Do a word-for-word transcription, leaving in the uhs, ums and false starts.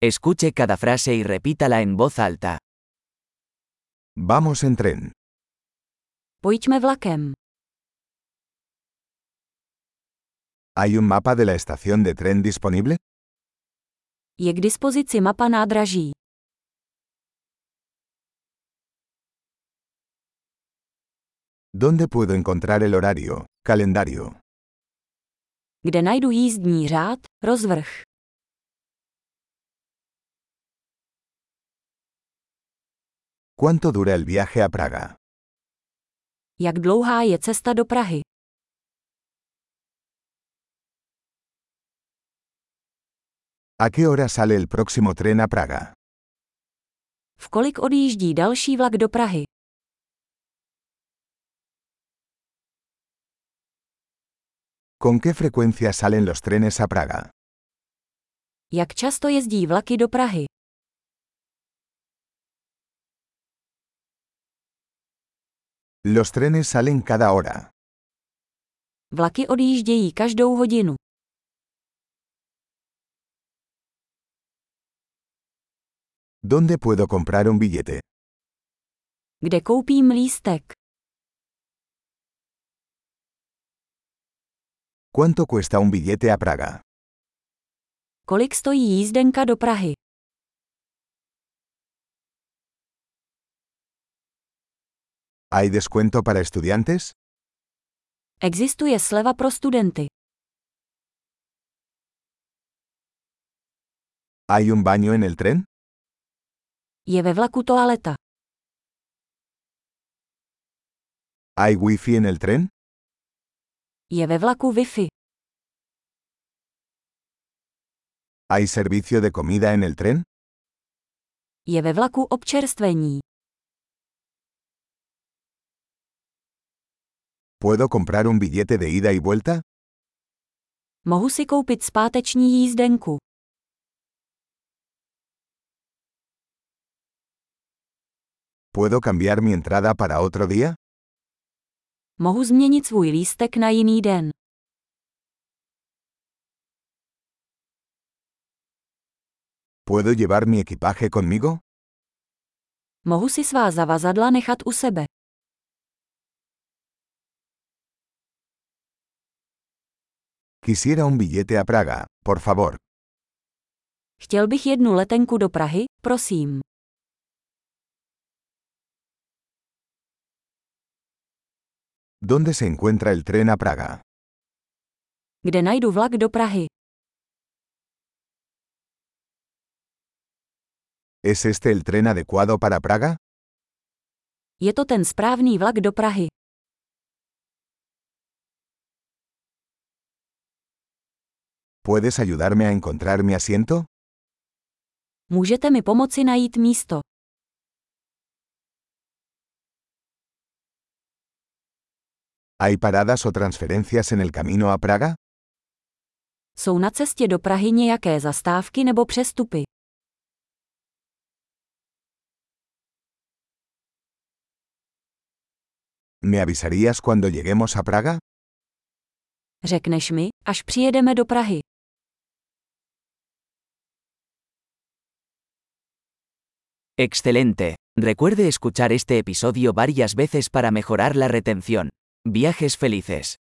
Escuche cada frase y repítala en voz alta. Vamos en tren. Pojďme vlakem. ¿Hay un mapa de la estación de tren disponible? Je k dispozici mapa nádraží. ¿Dónde puedo encontrar el horario, calendario? Kde najdu jízdní řád, rozvrh. ¿Cuánto dura el viaje a Praga? Jak dlouhá je cesta do Prahy? ¿A qué hora sale el próximo tren a Praga? V kolik odjíždí další vlak do Prahy? ¿Con qué frecuencia salen los trenes a Praga? Jak často jezdí vlaky do Prahy? Los trenes salen cada hora. Vlaky odjíždějí každou hodinu. ¿Dónde puedo comprar un billete? Kde koupím lístek? ¿Cuánto cuesta un billete a Praga? Kolik stojí jízdenka do Prahy? ¿Hay descuento para estudiantes? Existuje sleva pro studenty. ¿Hay un baño en el tren? Je ve vlaku toaleta. ¿Hay wifi en el tren? Je ve vlaku Wi-Fi. ¿Hay servicio de comida en el tren? Je ve vlaku občerstvení. ¿Puedo comprar un billete de ida y vuelta? Mohu si koupit zpáteční jízdenku. ¿Puedo cambiar mi entrada para otro día? Mohu změnit svůj lístek na jiný den. ¿Puedo llevar mi equipaje conmigo? Mohu si svá zavazadla nechat u sebe. Quisiera un billete a Praga, por favor. Chtěl bych jednu letenku do Prahy, prosím. ¿Dónde se encuentra el tren a Praga? Kde najdu vlak do Prahy? ¿Es este el tren adecuado para Praga? Je to ten správný vlak do Prahy. ¿Puedes ayudarme a encontrar mi asiento? Můžete mi pomoci najít místo. ¿Hay paradas o transferencias en el camino a Praga? Jsou na cestě do Prahy nějaké zastávky nebo přestupy? ¿Me avisarías cuando lleguemos a Praga? Řekneš mi, až přijedeme do Prahy. Excelente. Recuerde escuchar este episodio varias veces para mejorar la retención. Viajes felices.